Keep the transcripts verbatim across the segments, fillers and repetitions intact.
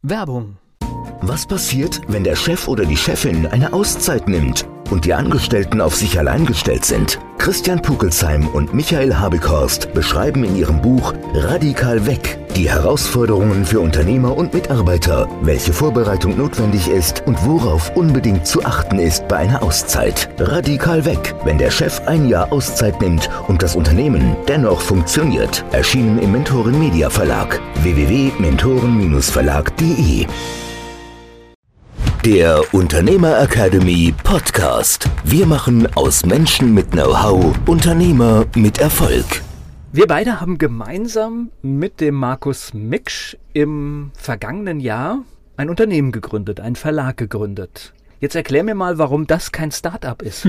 Werbung. Was passiert, wenn der Chef oder die Chefin eine Auszeit nimmt und die Angestellten auf sich allein gestellt sind? Christian Pukelsheim und Michael Habekhorst beschreiben in ihrem Buch Radikal weg die Herausforderungen für Unternehmer und Mitarbeiter, welche Vorbereitung notwendig ist und worauf unbedingt zu achten ist bei einer Auszeit. Radikal weg, wenn der Chef ein Jahr Auszeit nimmt und das Unternehmen dennoch funktioniert. Erschienen im Mentoren Media Verlag. w w w punkt mentoren verlag punkt de Der Unternehmer Academy Podcast. Wir machen aus Menschen mit Know-how Unternehmer mit Erfolg. Wir beide haben gemeinsam mit dem Markus Miksch im vergangenen Jahr ein Unternehmen gegründet, einen Verlag gegründet. Jetzt erklär mir mal, warum das kein Start-up ist.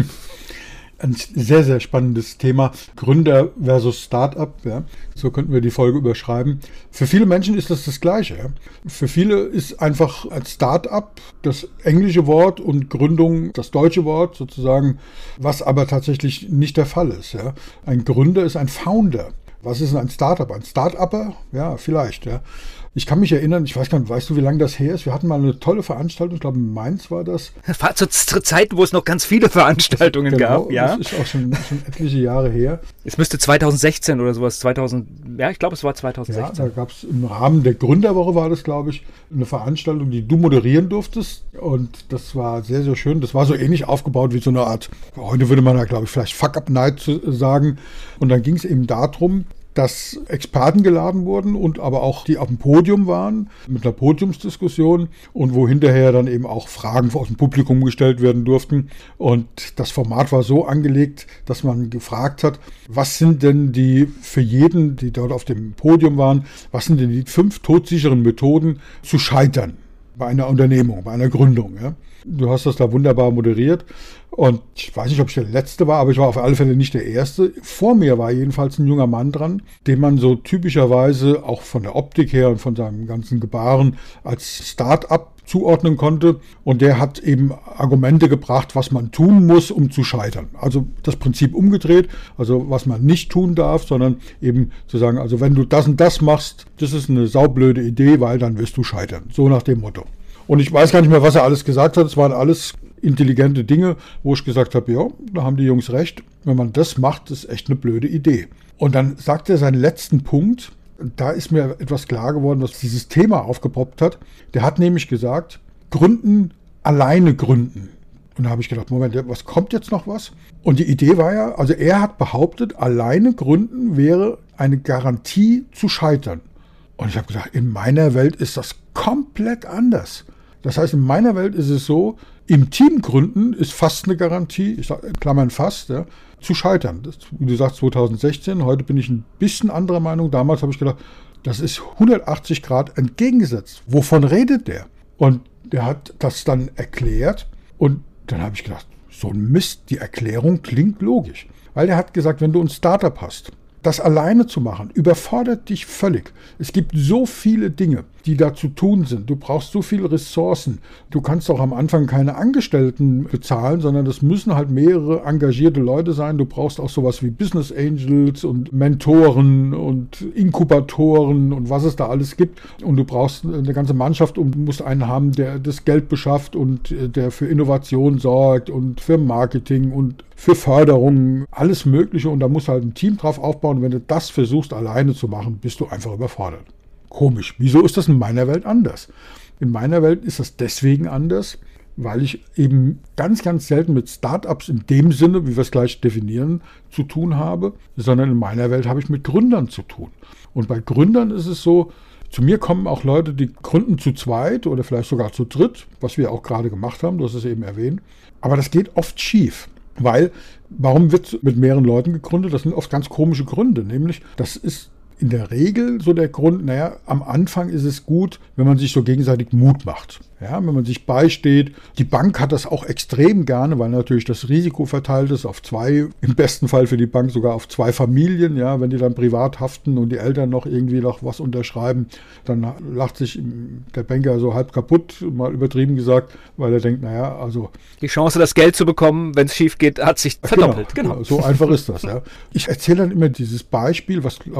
Ein sehr, sehr spannendes Thema. Gründer versus Start-up, ja. So könnten wir die Folge überschreiben. Für viele Menschen ist das das Gleiche. Ja. Für viele ist einfach ein Start-up das englische Wort und Gründung das deutsche Wort sozusagen, was aber tatsächlich nicht der Fall ist. Ja. Ein Gründer ist ein Founder. Was ist ein Start-up? Ein Start-upper? Ja, vielleicht. Ja. Ich kann mich erinnern, ich weiß gar nicht, weißt du, wie lange das her ist? Wir hatten mal eine tolle Veranstaltung, ich glaube in Mainz war das. Zu, zu Zeiten, wo es noch ganz viele Veranstaltungen genau, gab. Ja. Das ist auch schon, schon etliche Jahre her. Es müsste zweitausendsechzehn oder sowas, zweitausend, ja, ich glaube, es war zweitausendsechzehn. Ja, da gab es im Rahmen der Gründerwoche, war das, glaube ich, eine Veranstaltung, die du moderieren durftest. Und das war sehr, sehr schön. Das war so ähnlich aufgebaut wie so eine Art, heute würde man da, glaube ich, vielleicht Fuck-Up-Night sagen. Und dann ging es eben darum, dass Experten geladen wurden und aber auch die auf dem Podium waren mit einer Podiumsdiskussion und wo hinterher dann eben auch Fragen aus dem Publikum gestellt werden durften. Und das Format war so angelegt, dass man gefragt hat, was sind denn die für jeden, die dort auf dem Podium waren, was sind denn die fünf todsicheren Methoden zu scheitern bei einer Unternehmung, bei einer Gründung. Ja? Du hast das da wunderbar moderiert. Und ich weiß nicht, ob ich der Letzte war, aber ich war auf alle Fälle nicht der Erste. Vor mir war jedenfalls ein junger Mann dran, den man so typischerweise auch von der Optik her und von seinem ganzen Gebaren als Start-up zuordnen konnte. Und der hat eben Argumente gebracht, was man tun muss, um zu scheitern. Also das Prinzip umgedreht, also was man nicht tun darf, sondern eben zu sagen, also wenn du das und das machst, das ist eine saublöde Idee, weil dann wirst du scheitern. So nach dem Motto. Und ich weiß gar nicht mehr, was er alles gesagt hat. Es waren alles intelligente Dinge, wo ich gesagt habe, ja, da haben die Jungs recht. Wenn man das macht, ist echt eine blöde Idee. Und dann sagt er seinen letzten Punkt. Da ist mir etwas klar geworden, was dieses Thema aufgepoppt hat. Der hat nämlich gesagt, gründen, alleine gründen. Und da habe ich gedacht, Moment, was kommt jetzt noch was? Und die Idee war ja, also er hat behauptet, alleine gründen wäre eine Garantie zu scheitern. Und ich habe gedacht, in meiner Welt ist das komplett anders. Das heißt, in meiner Welt ist es so, im Team gründen ist fast eine Garantie, ich sage Klammern fast, ja, zu scheitern. Das, wie du sagst, zweitausendsechzehn, heute bin ich ein bisschen anderer Meinung. Damals habe ich gedacht, das ist hundertachtzig Grad entgegengesetzt. Wovon redet der? Und der hat das dann erklärt und dann habe ich gedacht, so ein Mist, die Erklärung klingt logisch. Weil der hat gesagt, wenn du ein Startup hast, das alleine zu machen, überfordert dich völlig. Es gibt so viele Dinge, die da zu tun sind. Du brauchst so viele Ressourcen. Du kannst auch am Anfang keine Angestellten bezahlen, sondern das müssen halt mehrere engagierte Leute sein. Du brauchst auch sowas wie Business Angels und Mentoren und Inkubatoren und was es da alles gibt. Und du brauchst eine ganze Mannschaft und du musst einen haben, der das Geld beschafft und der für Innovation sorgt und für Marketing und für Förderung, alles Mögliche. Und da musst du halt ein Team drauf aufbauen. Und wenn du das versuchst, alleine zu machen, bist du einfach überfordert. Komisch. Wieso ist das in meiner Welt anders? In meiner Welt ist das deswegen anders, weil ich eben ganz, ganz selten mit Startups in dem Sinne, wie wir es gleich definieren, zu tun habe, sondern in meiner Welt habe ich mit Gründern zu tun. Und bei Gründern ist es so, zu mir kommen auch Leute, die gründen zu zweit oder vielleicht sogar zu dritt, was wir auch gerade gemacht haben, du hast es eben erwähnt. Aber das geht oft schief. Weil, warum wird mit mehreren Leuten gegründet? Das sind oft ganz komische Gründe. Nämlich, das ist in der Regel so der Grund, naja, am Anfang ist es gut, wenn man sich so gegenseitig Mut macht. Ja, wenn man sich beisteht. Die Bank hat das auch extrem gerne, weil natürlich das Risiko verteilt ist auf zwei, im besten Fall für die Bank sogar auf zwei Familien. Ja, wenn die dann privat haften und die Eltern noch irgendwie noch was unterschreiben, dann lacht sich der Banker so halb kaputt, mal übertrieben gesagt, weil er denkt, naja, also... Die Chance, das Geld zu bekommen, wenn es schief geht, hat sich verdoppelt. Genau, genau. So einfach ist das. Ja. Ich erzähle dann immer dieses Beispiel, was, glaube ich, auch viel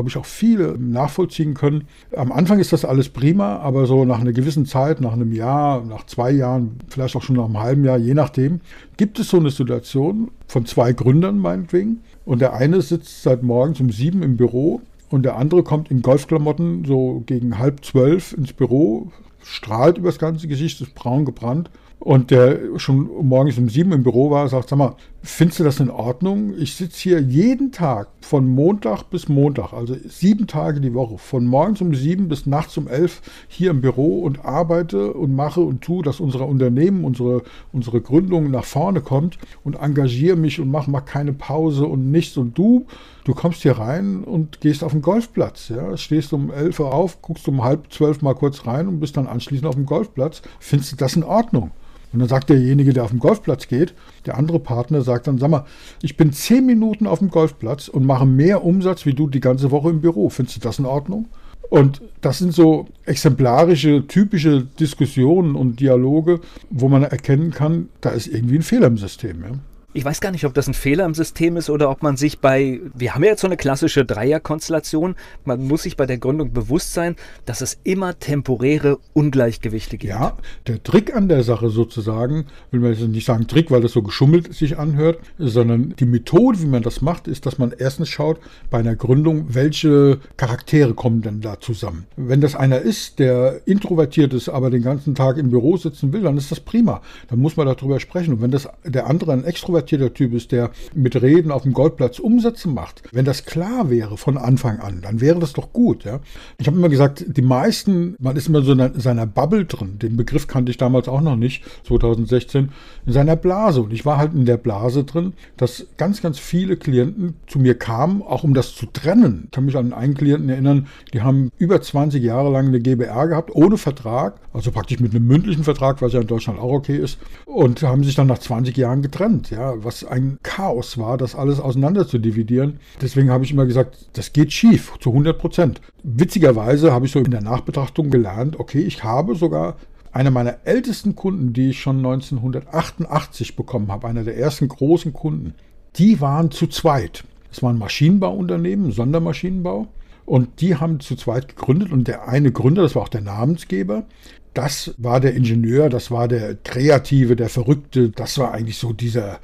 viele nachvollziehen können. Am Anfang ist das alles prima, aber so nach einer gewissen Zeit, nach einem Jahr, nach zwei Jahren, vielleicht auch schon nach einem halben Jahr, je nachdem, gibt es so eine Situation von zwei Gründern meinetwegen. Und der eine sitzt seit morgens um sieben im Büro und der andere kommt in Golfklamotten so gegen halb zwölf ins Büro, strahlt über das ganze Gesicht, ist braun gebrannt. Und der schon morgens um sieben im Büro war, sagt, sag mal, findest du das in Ordnung? Ich sitze hier jeden Tag von Montag bis Montag, also sieben Tage die Woche, von morgens um sieben bis nachts um elf hier im Büro und arbeite und mache und tue, dass unser Unternehmen, unsere, unsere Gründung nach vorne kommt und engagiere mich und mache mal keine Pause und nichts. Und du, du kommst hier rein und gehst auf den Golfplatz. Ja? Stehst um elf Uhr auf, guckst um halb zwölf mal kurz rein und bist dann anschließend auf dem Golfplatz. Findest du das in Ordnung? Und dann sagt derjenige, der auf den Golfplatz geht, der andere Partner sagt dann, sag mal, ich bin zehn Minuten auf dem Golfplatz und mache mehr Umsatz wie du die ganze Woche im Büro. Findest du das in Ordnung? Und das sind so exemplarische, typische Diskussionen und Dialoge, wo man erkennen kann, da ist irgendwie ein Fehler im System. Ja? Ich weiß gar nicht, ob das ein Fehler im System ist oder ob man sich bei, wir haben ja jetzt so eine klassische Dreierkonstellation, man muss sich bei der Gründung bewusst sein, dass es immer temporäre Ungleichgewichte gibt. Ja, der Trick an der Sache sozusagen, will man jetzt nicht sagen Trick, weil das so geschummelt sich anhört, sondern die Methode, wie man das macht, ist, dass man erstens schaut, bei einer Gründung, welche Charaktere kommen denn da zusammen. Wenn das einer ist, der introvertiert ist, aber den ganzen Tag im Büro sitzen will, dann ist das prima. Dann muss man darüber sprechen. Und wenn das der andere ein extrovertierter Typ ist, der mit Reden auf dem Golfplatz Umsätze macht, wenn das klar wäre von Anfang an, dann wäre das doch gut. Ja? Ich habe immer gesagt, die meisten, man ist immer so in seiner Bubble drin, den Begriff kannte ich damals auch noch nicht, zwanzig sechzehn, in seiner Blase. Und ich war halt in der Blase drin, dass ganz, ganz viele Klienten zu mir kamen, auch um das zu trennen. Ich kann mich an einen Klienten erinnern, die haben über zwanzig Jahre lang eine G b R gehabt, ohne Vertrag, also praktisch mit einem mündlichen Vertrag, was ja in Deutschland auch okay ist, und haben sich dann nach zwanzig Jahren getrennt. Ja, was ein Chaos war, das alles auseinander zu dividieren. Deswegen habe ich immer gesagt, das geht schief, zu hundert Prozent. Witzigerweise habe ich so in der Nachbetrachtung gelernt, okay, ich habe sogar einer meiner ältesten Kunden, die ich schon neunzehnhundertachtundachtzig bekommen habe, einer der ersten großen Kunden, die waren zu zweit. Es war ein Maschinenbauunternehmen, Sondermaschinenbau, und die haben zu zweit gegründet und der eine Gründer, das war auch der Namensgeber, das war der Ingenieur, das war der Kreative, der Verrückte, das war eigentlich so dieser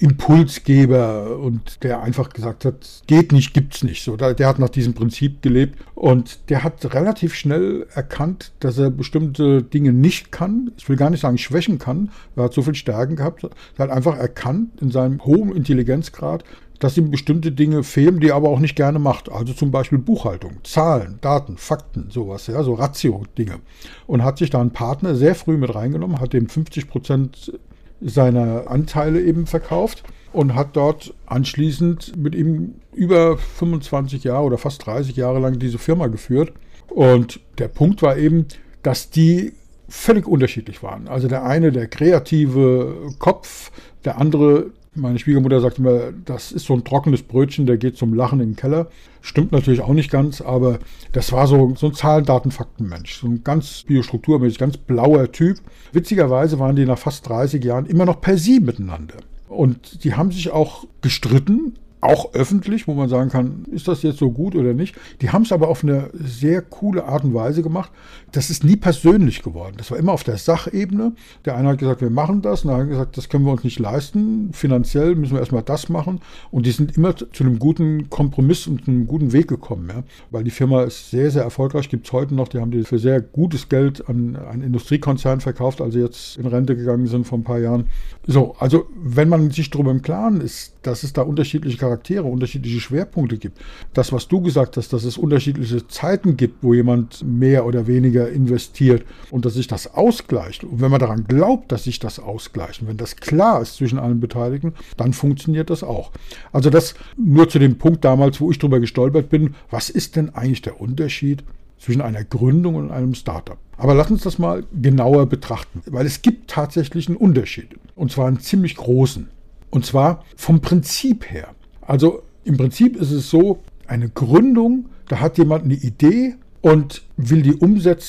Impulsgeber und der einfach gesagt hat, geht nicht, gibt's nicht. So, der hat nach diesem Prinzip gelebt und der hat relativ schnell erkannt, dass er bestimmte Dinge nicht kann. Ich will gar nicht sagen Schwächen kann, er hat so viel Stärken gehabt. Er hat einfach erkannt in seinem hohen Intelligenzgrad, dass ihm bestimmte Dinge fehlen, die er aber auch nicht gerne macht. Also zum Beispiel Buchhaltung, Zahlen, Daten, Fakten, sowas, ja, so Ratio-Dinge. Und hat sich da einen Partner sehr früh mit reingenommen, hat dem fünfzig Prozent seiner Anteile eben verkauft und hat dort anschließend mit ihm über fünfundzwanzig Jahre oder fast dreißig Jahre lang diese Firma geführt. Und der Punkt war eben, dass die völlig unterschiedlich waren. Also der eine, der kreative Kopf, der andere, meine Schwiegermutter sagt immer, das ist so ein trockenes Brötchen, der geht zum Lachen in den Keller. Stimmt natürlich auch nicht ganz, aber das war so, so ein Zahlen, Daten, Fakten-Mensch. So ein ganz biostrukturmäßig, ganz blauer Typ. Witzigerweise waren die nach fast dreißig Jahren immer noch per Sie miteinander. Und die haben sich auch gestritten, auch öffentlich, wo man sagen kann, ist das jetzt so gut oder nicht. Die haben es aber auf eine sehr coole Art und Weise gemacht. Das ist nie persönlich geworden. Das war immer auf der Sachebene. Der eine hat gesagt, wir machen das. Und der andere hat gesagt, das können wir uns nicht leisten. Finanziell müssen wir erstmal das machen. Und die sind immer zu einem guten Kompromiss und zu einem guten Weg gekommen. Ja? Weil die Firma ist sehr, sehr erfolgreich. Gibt es heute noch. Die haben die für sehr gutes Geld an einen Industriekonzern verkauft, als sie jetzt in Rente gegangen sind vor ein paar Jahren. So, also wenn man sich darüber im Klaren ist, dass es da unterschiedliche Charaktere, unterschiedliche Schwerpunkte gibt. Das, was du gesagt hast, dass es unterschiedliche Zeiten gibt, wo jemand mehr oder weniger investiert und dass sich das ausgleicht. Und wenn man daran glaubt, dass sich das ausgleicht und wenn das klar ist zwischen allen Beteiligten, dann funktioniert das auch. Also das nur zu dem Punkt damals, wo ich drüber gestolpert bin, was ist denn eigentlich der Unterschied zwischen einer Gründung und einem Startup? Aber lass uns das mal genauer betrachten, weil es gibt tatsächlich einen Unterschied und zwar einen ziemlich großen. Und zwar vom Prinzip her. Also im Prinzip ist es so, eine Gründung, da hat jemand eine Idee und will die umsetzen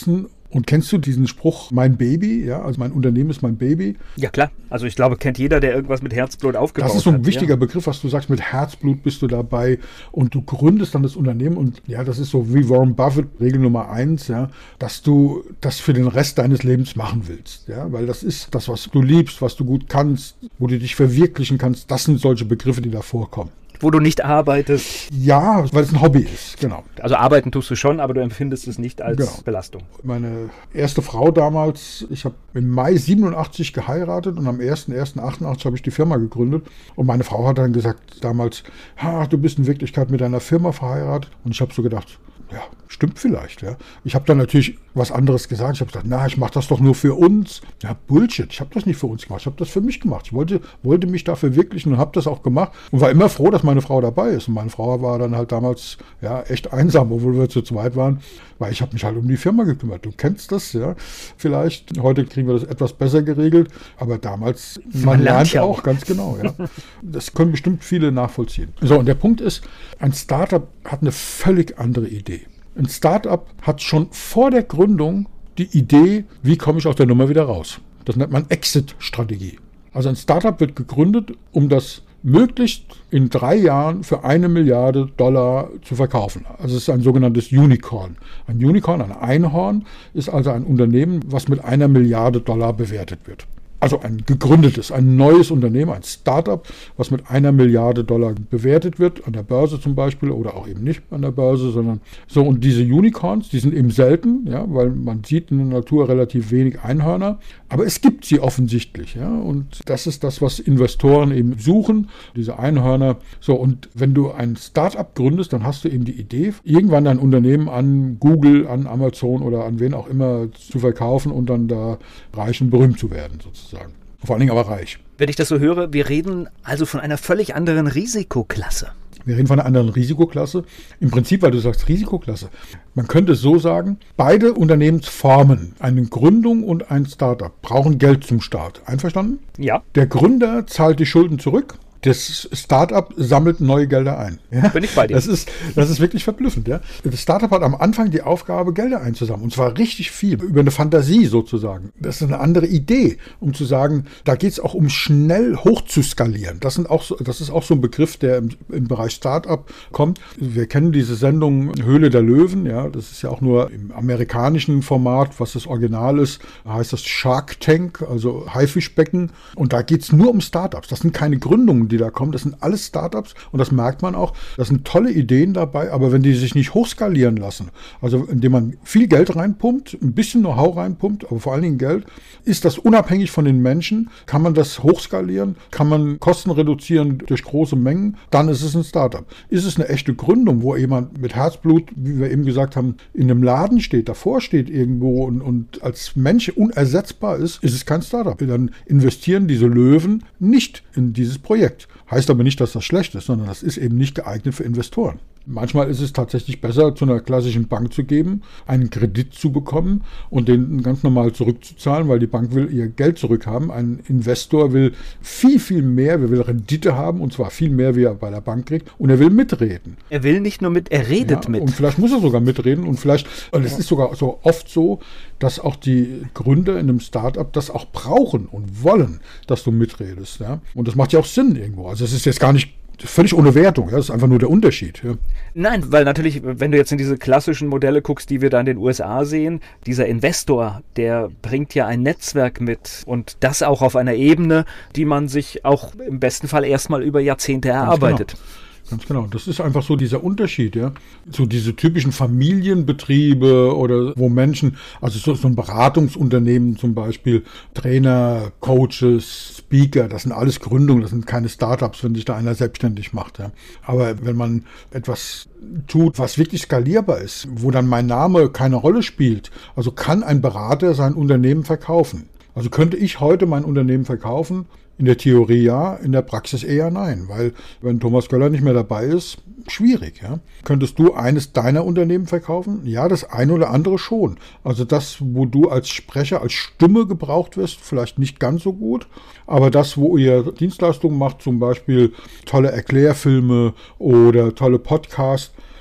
Und kennst du diesen Spruch, mein Baby, ja, also mein Unternehmen ist mein Baby? Ja klar, also ich glaube, kennt jeder, der irgendwas mit Herzblut aufgebaut hat. Das ist so ein hat, wichtiger ja. Begriff, was du sagst, mit Herzblut bist du dabei und du gründest dann das Unternehmen und ja, das ist so wie Warren Buffett, Regel Nummer eins, ja, dass du das für den Rest deines Lebens machen willst, ja, weil das ist das, was du liebst, was du gut kannst, wo du dich verwirklichen kannst, das sind solche Begriffe, die da vorkommen. Wo du nicht arbeitest. Ja, weil es ein Hobby ist, genau. Also arbeiten tust du schon, aber du empfindest es nicht als genau. Belastung. Meine erste Frau damals, ich habe im Mai siebenundachtzig geheiratet und am ersten ersten achtundachtzig habe ich die Firma gegründet. Und meine Frau hat dann gesagt damals, ha, du bist in Wirklichkeit mit deiner Firma verheiratet. Und ich habe so gedacht, ja, stimmt vielleicht. Ja. Ich habe dann natürlich was anderes gesagt. Ich habe gesagt, na, ich mache das doch nur für uns. Ja, Bullshit. Ich habe das nicht für uns gemacht. Ich habe das für mich gemacht. Ich wollte, wollte mich da verwirklichen und habe das auch gemacht und war immer froh, dass meine Frau dabei ist. Und meine Frau war dann halt damals ja echt einsam, obwohl wir zu zweit waren, weil ich habe mich halt um die Firma gekümmert. Du kennst das, ja. Vielleicht, heute kriegen wir das etwas besser geregelt, aber damals, man, man lernt, lernt ja auch, ganz genau. Ja. Das können bestimmt viele nachvollziehen. So, und der Punkt ist, ein Startup hat eine völlig andere Idee. Ein Startup hat schon vor der Gründung die Idee, wie komme ich aus der Nummer wieder raus. Das nennt man Exit-Strategie. Also ein Startup wird gegründet, um das möglichst in drei Jahren für eine Milliarde Dollar zu verkaufen. Also es ist ein sogenanntes Unicorn. Ein Unicorn, ein Einhorn, ist also ein Unternehmen, was mit einer Milliarde Dollar bewertet wird. Also ein gegründetes, ein neues Unternehmen, ein Startup, was mit einer Milliarde Dollar bewertet wird, an der Börse zum Beispiel oder auch eben nicht an der Börse, sondern so. Und diese Unicorns, die sind eben selten, ja, weil man sieht in der Natur relativ wenig Einhörner, aber es gibt sie offensichtlich, ja, und das ist das, was Investoren eben suchen, diese Einhörner. So, und wenn du ein Startup gründest, dann hast du eben die Idee, irgendwann dein Unternehmen an Google, an Amazon oder an wen auch immer zu verkaufen und dann da reich und berühmt zu werden, sozusagen. Sagen. Vor allen Dingen aber reich. Wenn ich das so höre, wir reden also von einer völlig anderen Risikoklasse. Wir reden von einer anderen Risikoklasse. Im Prinzip, weil du sagst Risikoklasse. Man könnte es so sagen, beide Unternehmensformen, eine Gründung und ein Startup, brauchen Geld zum Start. Einverstanden? Ja. Der Gründer zahlt die Schulden zurück. Das Startup sammelt neue Gelder ein. Ja? Bin ich bei dir. Das ist, das ist wirklich verblüffend. Ja? Das Startup hat am Anfang die Aufgabe, Gelder einzusammeln. Und zwar richtig viel, über eine Fantasie sozusagen. Das ist eine andere Idee, um zu sagen, da geht es auch um schnell hoch zu skalieren. Das, sind auch so, das ist auch so ein Begriff, der im, im Bereich Startup kommt. Wir kennen diese Sendung Höhle der Löwen. Ja? Das ist ja auch nur im amerikanischen Format, was das Original ist, heißt das Shark Tank, also Haifischbecken. Und da geht es nur um Startups. Das sind keine Gründungen, die da kommen, das sind alles Startups und das merkt man auch, das sind tolle Ideen dabei, aber wenn die sich nicht hochskalieren lassen, also indem man viel Geld reinpumpt, ein bisschen Know-how reinpumpt, aber vor allen Dingen Geld, ist das unabhängig von den Menschen, kann man das hochskalieren, kann man Kosten reduzieren durch große Mengen, dann ist es ein Startup. Ist es eine echte Gründung, wo jemand mit Herzblut, wie wir eben gesagt haben, in einem Laden steht, davor steht irgendwo und, und als Mensch unersetzbar ist, ist es kein Startup. Dann investieren diese Löwen nicht in dieses Projekt. Heißt aber nicht, dass das schlecht ist, sondern das ist eben nicht geeignet für Investoren. Manchmal ist es tatsächlich besser, zu einer klassischen Bank zu geben, einen Kredit zu bekommen und den ganz normal zurückzuzahlen, weil die Bank will ihr Geld zurückhaben. Ein Investor will viel, viel mehr, er will Rendite haben und zwar viel mehr, wie er bei der Bank kriegt und er will mitreden. Er will nicht nur mit, er redet ja, mit. Und vielleicht muss er sogar mitreden und vielleicht, und es ist sogar so oft so, dass auch die Gründer in einem Startup das auch brauchen und wollen, dass du mitredest. Ja? Und das macht ja auch Sinn irgendwo. Also es ist jetzt gar nicht völlig ohne Wertung, ja? Das ist einfach nur der Unterschied. Ja? Nein, weil natürlich, wenn du jetzt in diese klassischen Modelle guckst, die wir da in den U S A sehen, dieser Investor, der bringt ja ein Netzwerk mit und das auch auf einer Ebene, die man sich auch im besten Fall erstmal über Jahrzehnte erarbeitet. Ganz genau. Ganz genau. Das ist einfach so dieser Unterschied, ja. So diese typischen Familienbetriebe oder wo Menschen, also so, so ein Beratungsunternehmen zum Beispiel, Trainer, Coaches, Speaker, das sind alles Gründungen, das sind keine Startups, wenn sich da einer selbstständig macht, ja. Aber wenn man etwas tut, was wirklich skalierbar ist, wo dann mein Name keine Rolle spielt, also kann ein Berater sein Unternehmen verkaufen. Also könnte ich heute mein Unternehmen verkaufen? In der Theorie ja, in der Praxis eher nein, weil wenn Thomas Göller nicht mehr dabei ist, schwierig. Ja? Könntest du eines deiner Unternehmen verkaufen? Ja, das eine oder andere schon. Also das, wo du als Sprecher, als Stimme gebraucht wirst, vielleicht nicht ganz so gut, aber das, wo ihr Dienstleistungen macht, zum Beispiel tolle Erklärfilme oder tolle Podcasts,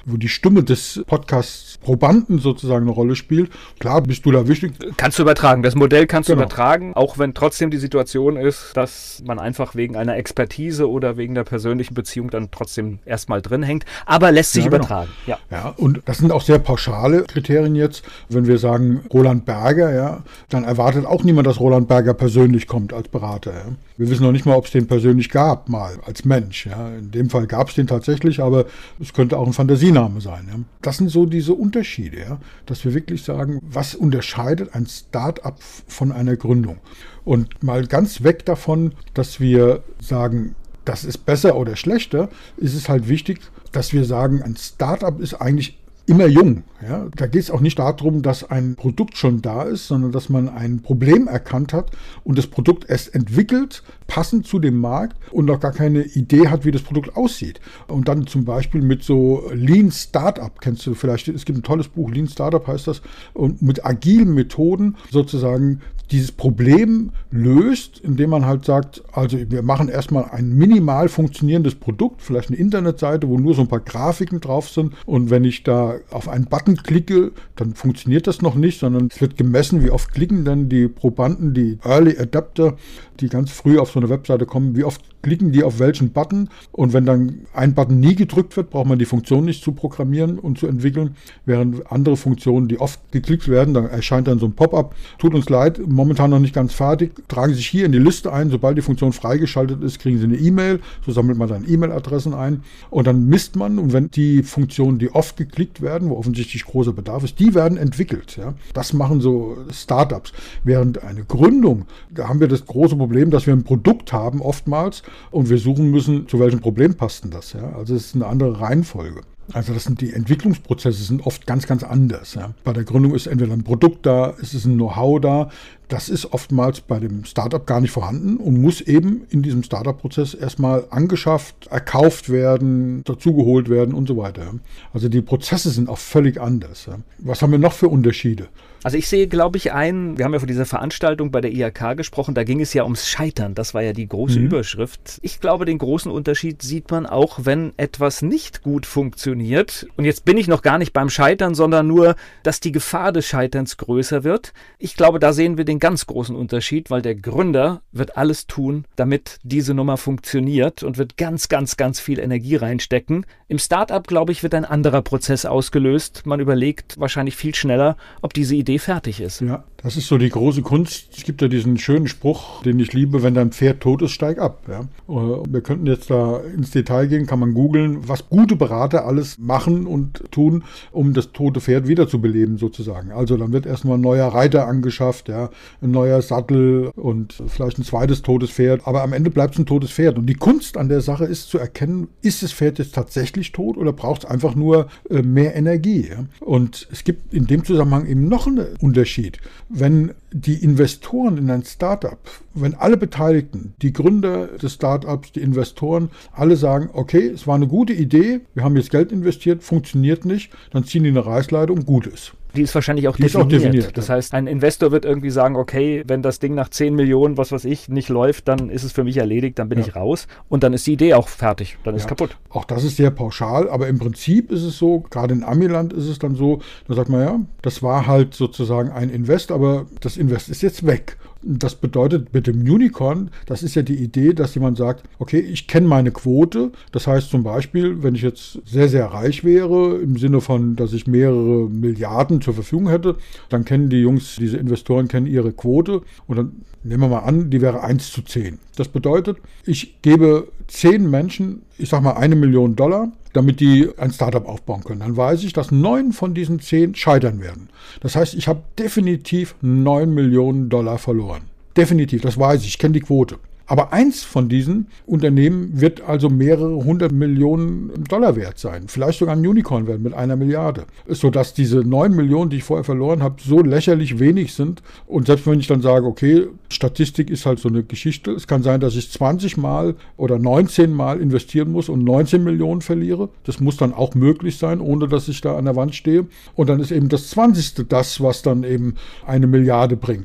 wo die Stimme des Podcast-Probanden sozusagen eine Rolle spielt. Klar, bist du da wichtig. Kannst du übertragen. Das Modell kannst Genau. du übertragen, auch wenn trotzdem die Situation ist, dass man einfach wegen einer Expertise oder wegen der persönlichen Beziehung dann trotzdem erstmal drin hängt. Aber lässt sich Ja, genau. übertragen. Ja. Ja, und das sind auch sehr pauschale Kriterien jetzt. Wenn wir sagen Roland Berger, ja, dann erwartet auch niemand, dass Roland Berger persönlich kommt als Berater. Ja. Wir wissen noch nicht mal, ob es den persönlich gab, mal als Mensch. Ja. In dem Fall gab es den tatsächlich, aber es könnte auch ein Fantasiename sein. Ja. Das sind so diese Unterschiede, ja, dass wir wirklich sagen, was unterscheidet ein Start-up von einer Gründung? Und mal ganz weg davon, dass wir sagen, das ist besser oder schlechter, ist es halt wichtig, dass wir sagen, ein Start-up ist eigentlich immer jung. Ja? Da geht es auch nicht darum, dass ein Produkt schon da ist, sondern dass man ein Problem erkannt hat und das Produkt erst entwickelt, passend zu dem Markt und noch gar keine Idee hat, wie das Produkt aussieht. Und dann zum Beispiel mit so Lean Startup, kennst du vielleicht, es gibt ein tolles Buch, Lean Startup heißt das, und mit agilen Methoden sozusagen dieses Problem löst, indem man halt sagt, also wir machen erstmal ein minimal funktionierendes Produkt, vielleicht eine Internetseite, wo nur so ein paar Grafiken drauf sind, und wenn ich da auf einen Button klicke, dann funktioniert das noch nicht, sondern es wird gemessen, wie oft klicken denn die Probanden, die Early Adapter, die ganz früh auf so eine Webseite kommen, wie oft klicken die auf welchen Button, und wenn dann ein Button nie gedrückt wird, braucht man die Funktion nicht zu programmieren und zu entwickeln, während andere Funktionen, die oft geklickt werden, da erscheint dann so ein Pop-up, tut uns leid, momentan noch nicht ganz fertig, tragen Sie sich hier in die Liste ein, sobald die Funktion freigeschaltet ist, kriegen Sie eine E-Mail, so sammelt man dann E-Mail-Adressen ein und dann misst man, und wenn die Funktionen, die oft geklickt werden, wo offensichtlich großer Bedarf ist, die werden entwickelt. Ja. Das machen so Startups. Während eine Gründung, da haben wir das große Problem, dass wir ein Produkt haben oftmals und wir suchen müssen, zu welchem Problem passt denn das. Ja. Also es ist eine andere Reihenfolge. Also das sind die Entwicklungsprozesse sind oft ganz, ganz anders. Ja. Bei der Gründung ist entweder ein Produkt da, es ist ein Know-how da. Das ist oftmals bei dem Startup gar nicht vorhanden und muss eben in diesem Startup-Prozess erstmal angeschafft, erkauft werden, dazugeholt werden und so weiter. Also die Prozesse sind auch völlig anders. Ja. Was haben wir noch für Unterschiede? Also ich sehe, glaube ich, ein, wir haben ja von dieser Veranstaltung bei der I H K gesprochen, da ging es ja ums Scheitern, das war ja die große mhm. Überschrift. Ich glaube, den großen Unterschied sieht man auch, wenn etwas nicht gut funktioniert. Und jetzt bin ich noch gar nicht beim Scheitern, sondern nur, dass die Gefahr des Scheiterns größer wird. Ich glaube, da sehen wir den ganz großen Unterschied, weil der Gründer wird alles tun, damit diese Nummer funktioniert und wird ganz, ganz, ganz viel Energie reinstecken. Im Startup, glaube ich, wird ein anderer Prozess ausgelöst. Man überlegt wahrscheinlich viel schneller, ob diese Idee fertig ist. Ja, das ist so die große Kunst. Es gibt ja diesen schönen Spruch, den ich liebe, wenn dein Pferd tot ist, steig ab. Ja. Wir könnten jetzt da ins Detail gehen, kann man googeln, was gute Berater alles machen und tun, um das tote Pferd wiederzubeleben sozusagen. Also dann wird erstmal ein neuer Reiter angeschafft, ja, ein neuer Sattel und vielleicht ein zweites totes Pferd. Aber am Ende bleibt es ein totes Pferd. Und die Kunst an der Sache ist zu erkennen, ist das Pferd jetzt tatsächlich tot oder braucht es einfach nur äh, mehr Energie? Ja? Und es gibt in dem Zusammenhang eben noch einen Unterschied. Wenn die Investoren in ein Startup, wenn alle Beteiligten, die Gründer des Startups, die Investoren, alle sagen, okay, es war eine gute Idee, wir haben jetzt Geld investiert, funktioniert nicht, dann ziehen die eine Reißleine und gut ist. Die ist wahrscheinlich auch die definiert. Ist auch definiert. Das heißt, ein Investor wird irgendwie sagen, okay, wenn das Ding nach zehn Millionen, was weiß ich, nicht läuft, dann ist es für mich erledigt, dann bin ja. ich raus und dann ist die Idee auch fertig, dann ist ja. kaputt. Auch das ist sehr pauschal, aber im Prinzip ist es so, gerade in Amiland ist es dann so, da sagt man ja, das war halt sozusagen ein Invest, aber das Invest ist jetzt weg. Das bedeutet mit dem Unicorn, das ist ja die Idee, dass jemand sagt, okay, ich kenne meine Quote. Das heißt zum Beispiel, wenn ich jetzt sehr, sehr reich wäre, im Sinne von, dass ich mehrere Milliarden zur Verfügung hätte, dann kennen die Jungs, diese Investoren kennen ihre Quote und dann nehmen wir mal an, die wäre eins zu zehn. Das bedeutet, ich gebe zehn Menschen, ich sag mal eine Million Dollar, damit die ein Startup aufbauen können. Dann weiß ich, dass neun von diesen zehn scheitern werden. Das heißt, ich habe definitiv neun Millionen Dollar verloren. Definitiv, das weiß ich, ich kenne die Quote. Aber eins von diesen Unternehmen wird also mehrere hundert Millionen Dollar wert sein. Vielleicht sogar ein Unicorn werden mit einer Milliarde. Sodass diese neun Millionen, die ich vorher verloren habe, so lächerlich wenig sind. Und selbst wenn ich dann sage, okay, Statistik ist halt so eine Geschichte. Es kann sein, dass ich zwanzig Mal oder neunzehn Mal investieren muss und neunzehn Millionen verliere. Das muss dann auch möglich sein, ohne dass ich da an der Wand stehe. Und dann ist eben das zwanzigste das, was dann eben eine Milliarde bringt.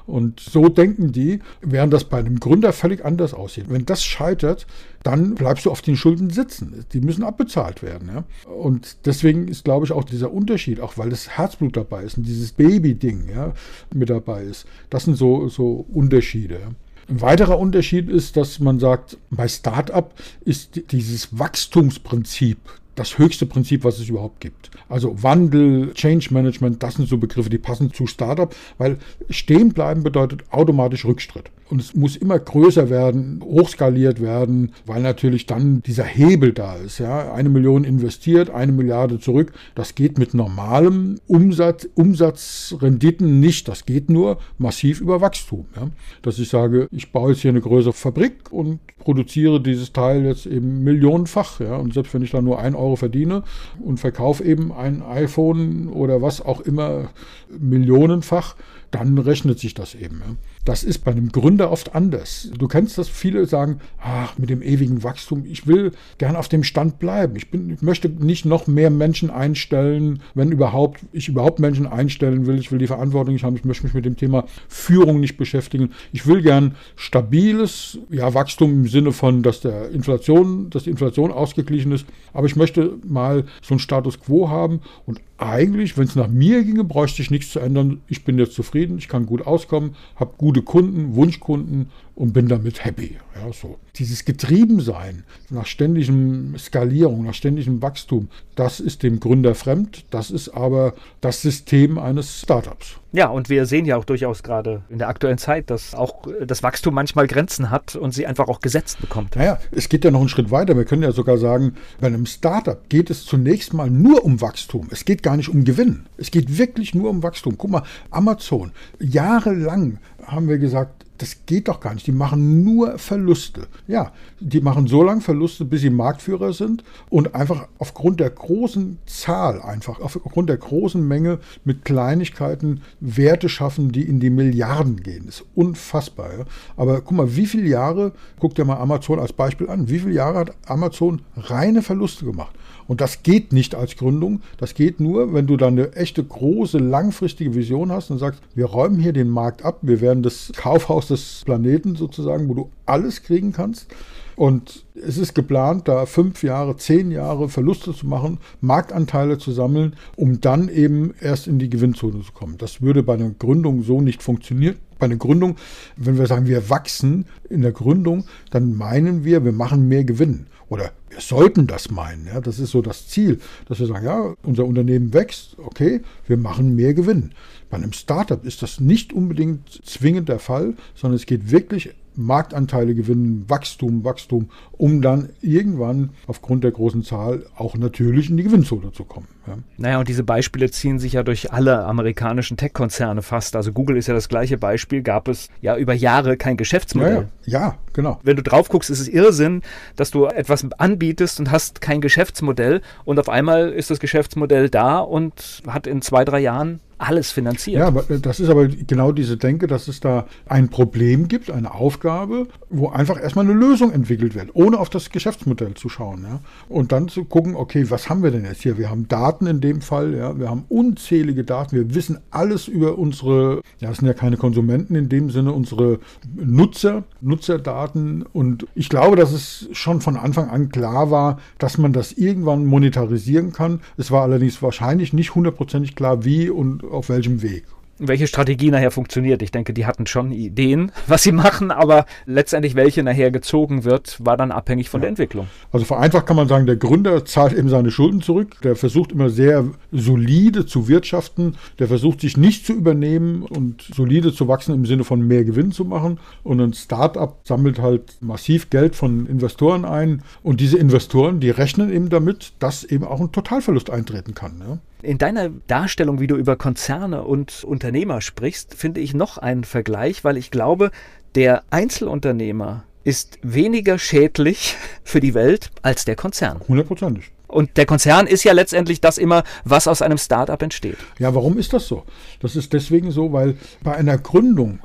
Und so denken die, während das bei einem Gründer völlig anders aussieht. Wenn das scheitert, dann bleibst du auf den Schulden sitzen. Die müssen abbezahlt werden. Ja? Und deswegen ist, glaube ich, auch dieser Unterschied, auch weil das Herzblut dabei ist und dieses Baby-Ding ja, mit dabei ist. Das sind so, so Unterschiede. Ja? Ein weiterer Unterschied ist, dass man sagt, bei Start-up ist dieses Wachstumsprinzip das höchste Prinzip, was es überhaupt gibt. Also Wandel, Change Management, das sind so Begriffe, die passen zu Startup, weil stehen bleiben bedeutet automatisch Rückschritt. Und es muss immer größer werden, hochskaliert werden, weil natürlich dann dieser Hebel da ist. Ja? Eine Million investiert, eine Milliarde zurück. Das geht mit normalem Umsatz, Umsatzrenditen nicht. Das geht nur massiv über Wachstum. Ja? Dass ich sage, ich baue jetzt hier eine größere Fabrik und produziere dieses Teil jetzt eben millionenfach. Ja? Und selbst wenn ich da nur ein Euro verdiene und verkaufe eben ein iPhone oder was auch immer millionenfach, dann rechnet sich das eben. Ja. Das ist bei einem Gründer oft anders. Du kennst das, viele sagen, ach, mit dem ewigen Wachstum, ich will gern auf dem Stand bleiben. Ich, bin, ich möchte nicht noch mehr Menschen einstellen, wenn überhaupt ich überhaupt Menschen einstellen will. Ich will die Verantwortung nicht haben, ich möchte mich mit dem Thema Führung nicht beschäftigen. Ich will gern stabiles ja, Wachstum im Sinne von, dass, der Inflation, dass die Inflation ausgeglichen ist. Aber ich möchte mal so einen Status quo haben und eigentlich, wenn es nach mir ginge, bräuchte ich nichts zu ändern. Ich bin jetzt zufrieden, ich kann gut auskommen, habe gute Kunden, Wunschkunden und bin damit happy. Ja, so. Dieses Getriebensein nach ständigem Skalierung, nach ständigem Wachstum, das ist dem Gründer fremd. Das ist aber das System eines Startups. Ja, und wir sehen ja auch durchaus gerade in der aktuellen Zeit, dass auch das Wachstum manchmal Grenzen hat und sie einfach auch gesetzt bekommt. Naja, es geht ja noch einen Schritt weiter. Wir können ja sogar sagen, bei einem Startup geht es zunächst mal nur um Wachstum. Es geht gar nicht um Gewinn. Es geht wirklich nur um Wachstum. Guck mal, Amazon, jahrelang haben wir gesagt, das geht doch gar nicht. Die machen nur Verluste. Ja, die machen so lange Verluste, bis sie Marktführer sind und einfach aufgrund der großen Zahl, einfach aufgrund der großen Menge mit Kleinigkeiten Werte schaffen, die in die Milliarden gehen. Das ist unfassbar. Ja? Aber guck mal, wie viele Jahre, guck dir mal Amazon als Beispiel an, wie viele Jahre hat Amazon reine Verluste gemacht? Und das geht nicht als Gründung. Das geht nur, wenn du dann eine echte, große, langfristige Vision hast und sagst, wir räumen hier den Markt ab, wir werden das Kaufhaus des Planeten sozusagen, wo du alles kriegen kannst. Und es ist geplant, da fünf Jahre, zehn Jahre Verluste zu machen, Marktanteile zu sammeln, um dann eben erst in die Gewinnzone zu kommen. Das würde bei einer Gründung so nicht funktionieren. Bei einer Gründung, wenn wir sagen, wir wachsen in der Gründung, dann meinen wir, wir machen mehr Gewinn. Oder wir sollten das meinen. Ja? Das ist so das Ziel, dass wir sagen, ja, unser Unternehmen wächst, okay, wir machen mehr Gewinn. Bei einem Startup ist das nicht unbedingt zwingend der Fall, sondern es geht wirklich Marktanteile gewinnen, Wachstum, Wachstum, um dann irgendwann aufgrund der großen Zahl auch natürlich in die Gewinnzone zu kommen. Ja. Naja, und diese Beispiele ziehen sich ja durch alle amerikanischen Tech-Konzerne fast. Also Google ist ja das gleiche Beispiel, gab es ja über Jahre kein Geschäftsmodell. Ja, ja, genau. Wenn du drauf guckst, ist es Irrsinn, dass du etwas anbietest und hast kein Geschäftsmodell und auf einmal ist das Geschäftsmodell da und hat in zwei, drei Jahren alles finanziert. Ja, aber das ist aber genau diese Denke, dass es da ein Problem gibt, eine Aufgabe, wo einfach erstmal eine Lösung entwickelt wird, ohne auf das Geschäftsmodell zu schauen. Ja? Und dann zu gucken, okay, was haben wir denn jetzt hier? Wir haben Daten in dem Fall, ja, wir haben unzählige Daten, wir wissen alles über unsere, ja, es sind ja keine Konsumenten in dem Sinne, unsere Nutzer, Nutzerdaten. Und ich glaube, dass es schon von Anfang an klar war, dass man das irgendwann monetarisieren kann. Es war allerdings wahrscheinlich nicht hundertprozentig klar, wie und auf welchem Weg. Welche Strategie nachher funktioniert. Ich denke, die hatten schon Ideen, was sie machen, aber letztendlich welche nachher gezogen wird, war dann abhängig von ja. der Entwicklung. Also vereinfacht kann man sagen, der Gründer zahlt eben seine Schulden zurück, der versucht immer sehr solide zu wirtschaften, der versucht sich nicht zu übernehmen und solide zu wachsen im Sinne von mehr Gewinn zu machen, und ein Start-up sammelt halt massiv Geld von Investoren ein, und diese Investoren, die rechnen eben damit, dass eben auch ein Totalverlust eintreten kann. Ja? In deiner Darstellung, wie du über Konzerne und Unternehmer sprichst, finde ich noch einen Vergleich, weil ich glaube, der Einzelunternehmer ist weniger schädlich für die Welt als der Konzern. Hundertprozentig. Und der Konzern ist ja letztendlich das immer, was aus einem Start-up entsteht. Ja, warum ist das so? Das ist deswegen so, weil bei einer Gründung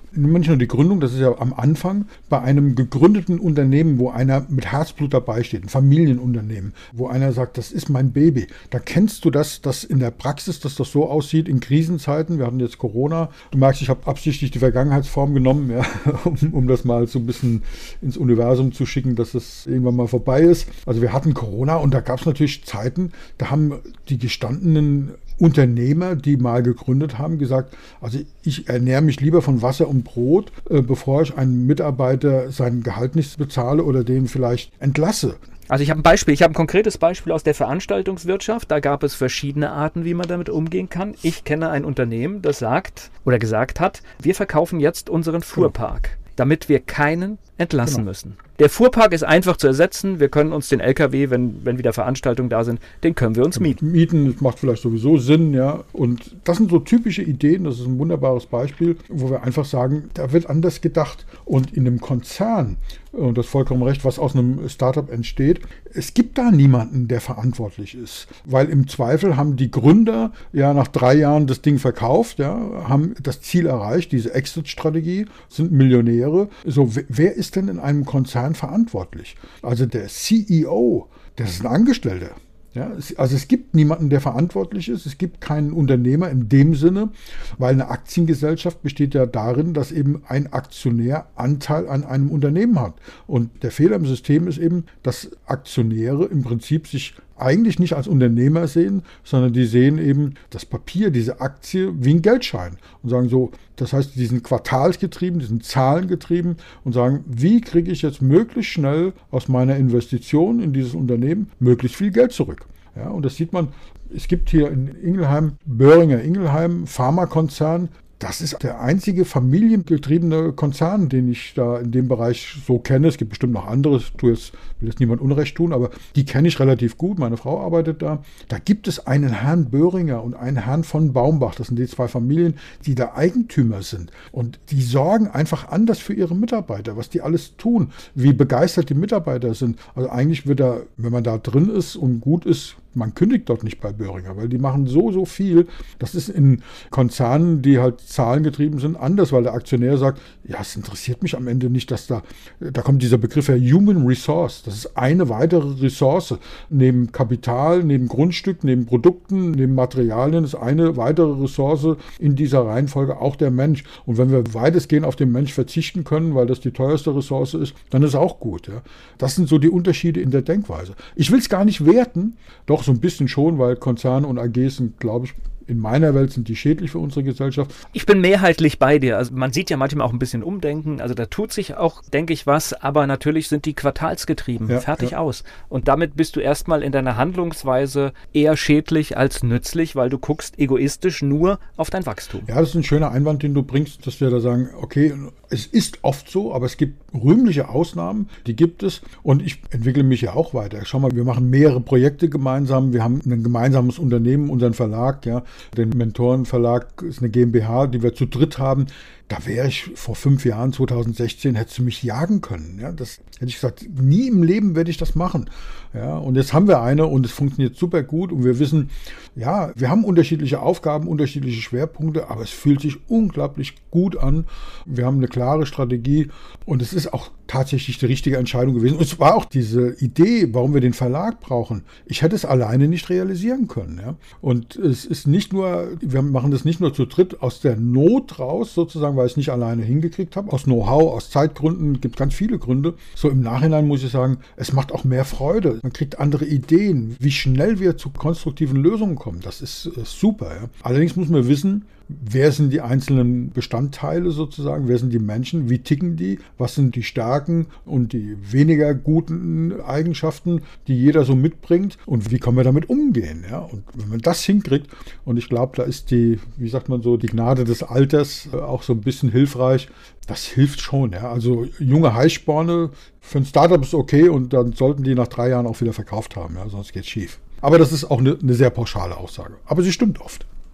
nicht nur die Gründung, das ist ja am Anfang, bei einem gegründeten Unternehmen, wo einer mit Herzblut dabei steht, ein Familienunternehmen, wo einer sagt, das ist mein Baby. Da kennst du das, dass in der Praxis, dass das so aussieht in Krisenzeiten. Wir hatten jetzt Corona. Du merkst, ich habe absichtlich die Vergangenheitsform genommen, ja, um, um das mal so ein bisschen ins Universum zu schicken, dass es irgendwann mal vorbei ist. Also wir hatten Corona und da gab es natürlich Zeiten, da haben die gestandenen Unternehmer, die mal gegründet haben, gesagt, also ich ernähre mich lieber von Wasser und Brot, äh, bevor ich einem Mitarbeiter sein Gehalt nicht bezahle oder den vielleicht entlasse. Also ich habe ein Beispiel, ich habe ein konkretes Beispiel aus der Veranstaltungswirtschaft. Da gab es verschiedene Arten, wie man damit umgehen kann. Ich kenne ein Unternehmen, das sagt oder gesagt hat, wir verkaufen jetzt unseren Fuhrpark, damit wir keinen entlassen genau. müssen. Der Fuhrpark ist einfach zu ersetzen. Wir können uns den L K W, wenn, wenn wieder Veranstaltungen da sind, den können wir uns mieten. Mieten, das macht vielleicht sowieso Sinn, ja. Und das sind so typische Ideen, das ist ein wunderbares Beispiel, wo wir einfach sagen, da wird anders gedacht. Und in einem Konzern, und das ist vollkommen recht, was aus einem Startup entsteht, es gibt da niemanden, der verantwortlich ist. Weil im Zweifel haben die Gründer ja nach drei Jahren das Ding verkauft, ja, haben das Ziel erreicht, diese Exit-Strategie, sind Millionäre. So, wer ist denn in einem Konzern verantwortlich? Also der C E O, das ist ein Angestellter. Ja, also es gibt niemanden, der verantwortlich ist. Es gibt keinen Unternehmer in dem Sinne, weil eine Aktiengesellschaft besteht ja darin, dass eben ein Aktionär Anteil an einem Unternehmen hat. Und der Fehler im System ist eben, dass Aktionäre im Prinzip sich eigentlich nicht als Unternehmer sehen, sondern die sehen eben das Papier, diese Aktie wie ein Geldschein und sagen so, das heißt, die sind quartalsgetrieben, die sind zahlengetrieben und sagen, wie kriege ich jetzt möglichst schnell aus meiner Investition in dieses Unternehmen möglichst viel Geld zurück. Ja, und das sieht man, es gibt hier in Ingelheim, Boehringer Ingelheim, Pharmakonzern. Das ist der einzige familiengetriebene Konzern, den ich da in dem Bereich so kenne. Es gibt bestimmt noch andere, ich tue jetzt, will jetzt niemand Unrecht tun, aber die kenne ich relativ gut. Meine Frau arbeitet da. Da gibt es einen Herrn Boehringer und einen Herrn von Baumbach. Das sind die zwei Familien, die da Eigentümer sind. Und die sorgen einfach anders für ihre Mitarbeiter, was die alles tun, wie begeistert die Mitarbeiter sind. Also eigentlich wird da, wenn man da drin ist und gut ist, man kündigt dort nicht bei Boehringer, weil die machen so, so viel. Das ist in Konzernen, die halt zahlengetrieben sind, anders, weil der Aktionär sagt, ja, es interessiert mich am Ende nicht, dass da, da kommt dieser Begriff ja Human Resource. Das ist eine weitere Ressource. Neben Kapital, neben Grundstück, neben Produkten, neben Materialien ist eine weitere Ressource in dieser Reihenfolge auch der Mensch. Und wenn wir weitestgehend auf den Mensch verzichten können, weil das die teuerste Ressource ist, dann ist auch gut. Ja. Das sind so die Unterschiede in der Denkweise. Ich will es gar nicht werten, doch so ein bisschen schon, weil Konzerne und A Gs sind, glaube ich, in meiner Welt sind die schädlich für unsere Gesellschaft. Ich bin mehrheitlich bei dir. Also man sieht ja manchmal auch ein bisschen Umdenken. Also da tut sich auch, denke ich, was. Aber natürlich sind die quartalsgetrieben. Ja, fertig ja. aus. Und damit bist du erstmal in deiner Handlungsweise eher schädlich als nützlich, weil du guckst egoistisch nur auf dein Wachstum. Ja, das ist ein schöner Einwand, den du bringst, dass wir da sagen, okay, es ist oft so, aber es gibt rühmliche Ausnahmen, die gibt es. Und ich entwickle mich ja auch weiter. Schau mal, wir machen mehrere Projekte gemeinsam. Wir haben ein gemeinsames Unternehmen, unseren Verlag, ja. Den Mentorenverlag ist eine GmbH, die wir zu dritt haben. Da wäre ich vor fünf Jahren, zwanzig sechzehn, hättest du mich jagen können. Ja, das hätte ich gesagt, nie im Leben werde ich das machen. Ja, und jetzt haben wir eine und es funktioniert super gut und wir wissen, ja, wir haben unterschiedliche Aufgaben, unterschiedliche Schwerpunkte, aber es fühlt sich unglaublich gut an. Wir haben eine klare Strategie und es ist auch tatsächlich die richtige Entscheidung gewesen. Und es war auch diese Idee, warum wir den Verlag brauchen. Ich hätte es alleine nicht realisieren können. Ja. Und es ist nicht nur, wir machen das nicht nur zu dritt aus der Not raus, sozusagen, weil ich es nicht alleine hingekriegt habe, aus Know-how, aus Zeitgründen, gibt ganz viele Gründe. So im Nachhinein muss ich sagen, es macht auch mehr Freude. Man kriegt andere Ideen, wie schnell wir zu konstruktiven Lösungen kommen. Das ist, ist super. Ja. Allerdings muss man wissen, wer sind die einzelnen Bestandteile sozusagen, wer sind die Menschen, wie ticken die, was sind die Stärken und die weniger guten Eigenschaften, die jeder so mitbringt und wie können wir damit umgehen. Ja? Und wenn man das hinkriegt, und ich glaube, da ist die, wie sagt man so, die Gnade des Alters auch so ein bisschen hilfreich, das hilft schon. Ja? Also junge Heißsporne für ein Startup ist okay und dann sollten die nach drei Jahren auch wieder verkauft haben, ja? Sonst geht es schief. Aber das ist auch eine, eine sehr pauschale Aussage. Aber sie stimmt oft.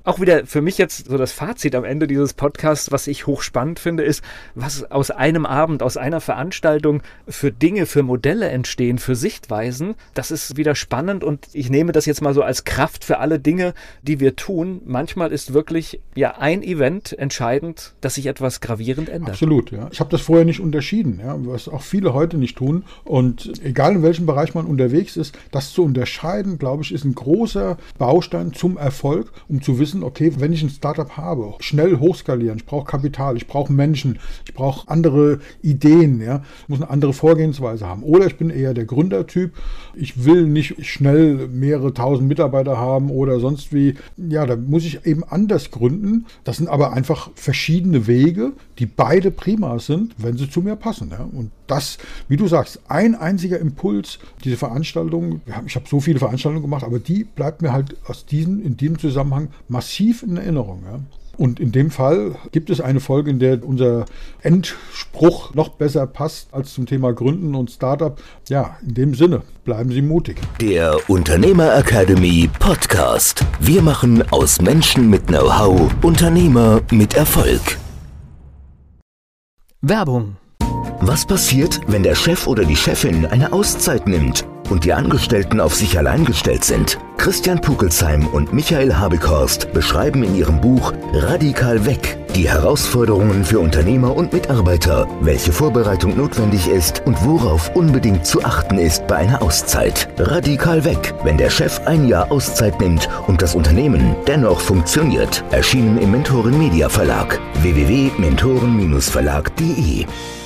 Auch wieder für mich jetzt so das Fazit am Ende dieses Podcasts, was ich hochspannend finde, ist, was aus einem Abend, aus einer Veranstaltung für Dinge, für Modelle entstehen, für Sichtweisen. Das ist wieder spannend und ich nehme das jetzt mal so als Kraft für alle Dinge, die wir tun. Manchmal ist wirklich ja ein Event entscheidend, dass sich etwas gravierend ändert. Absolut, ja. Ich habe das vorher nicht unterschieden, ja, was auch viele heute nicht tun. Und egal in welchem Bereich man unterwegs ist, das zu unterscheiden, glaube ich, ist ein großer Baustein zum Erfolg, um zu wissen, okay, wenn ich ein Startup habe, schnell hochskalieren, ich brauche Kapital, ich brauche Menschen, ich brauche andere Ideen, ja, ich muss eine andere Vorgehensweise haben. Oder ich bin eher der Gründertyp, ich will nicht schnell mehrere tausend Mitarbeiter haben oder sonst wie, ja, da muss ich eben anders gründen. Das sind aber einfach verschiedene Wege, die beide prima sind, wenn sie zu mir passen. Ja. Und das, wie du sagst, ein einziger Impuls, diese Veranstaltung, ich habe so viele Veranstaltungen gemacht, aber die bleibt mir halt aus diesem, in diesem Zusammenhang massiv in Erinnerung. Ja. Und in dem Fall gibt es eine Folge, in der unser Endspruch noch besser passt als zum Thema Gründen und Startup. Ja, in dem Sinne, bleiben Sie mutig. Der Unternehmer Academy Podcast. Wir machen aus Menschen mit Know-how Unternehmer mit Erfolg. Werbung. Was passiert, wenn der Chef oder die Chefin eine Auszeit nimmt und die Angestellten auf sich allein gestellt sind? Christian Pukelsheim und Michael Habekhorst beschreiben in ihrem Buch Radikal weg die Herausforderungen für Unternehmer und Mitarbeiter, welche Vorbereitung notwendig ist und worauf unbedingt zu achten ist bei einer Auszeit. Radikal weg, wenn der Chef ein Jahr Auszeit nimmt und das Unternehmen dennoch funktioniert. Erschienen im Mentoren Media Verlag. w w w punkt mentoren Bindestrich verlag punkt de